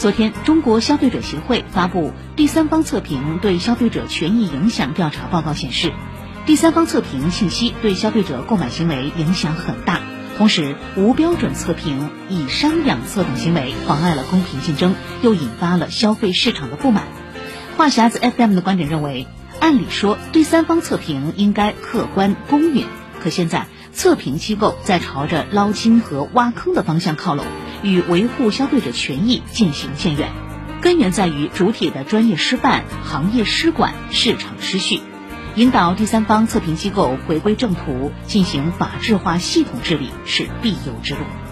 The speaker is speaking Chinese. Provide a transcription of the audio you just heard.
昨天，中国消费者协会发布第三方测评对消费者权益影响调查报告显示，第三方测评信息对消费者购买行为影响很大。同时，无标准测评、以商养色等行为妨碍了公平竞争，又引发了消费市场的不满。话匣子 FM 的观点认为，按理说第三方测评应该客观公允，可现在测评机构在朝着捞金和挖坑的方向靠拢，与维护消费者权益渐行渐远。根源在于主体的专业失范、行业失管、市场失序。引导第三方测评机构回归正途，进行法治化系统治理是必由之路。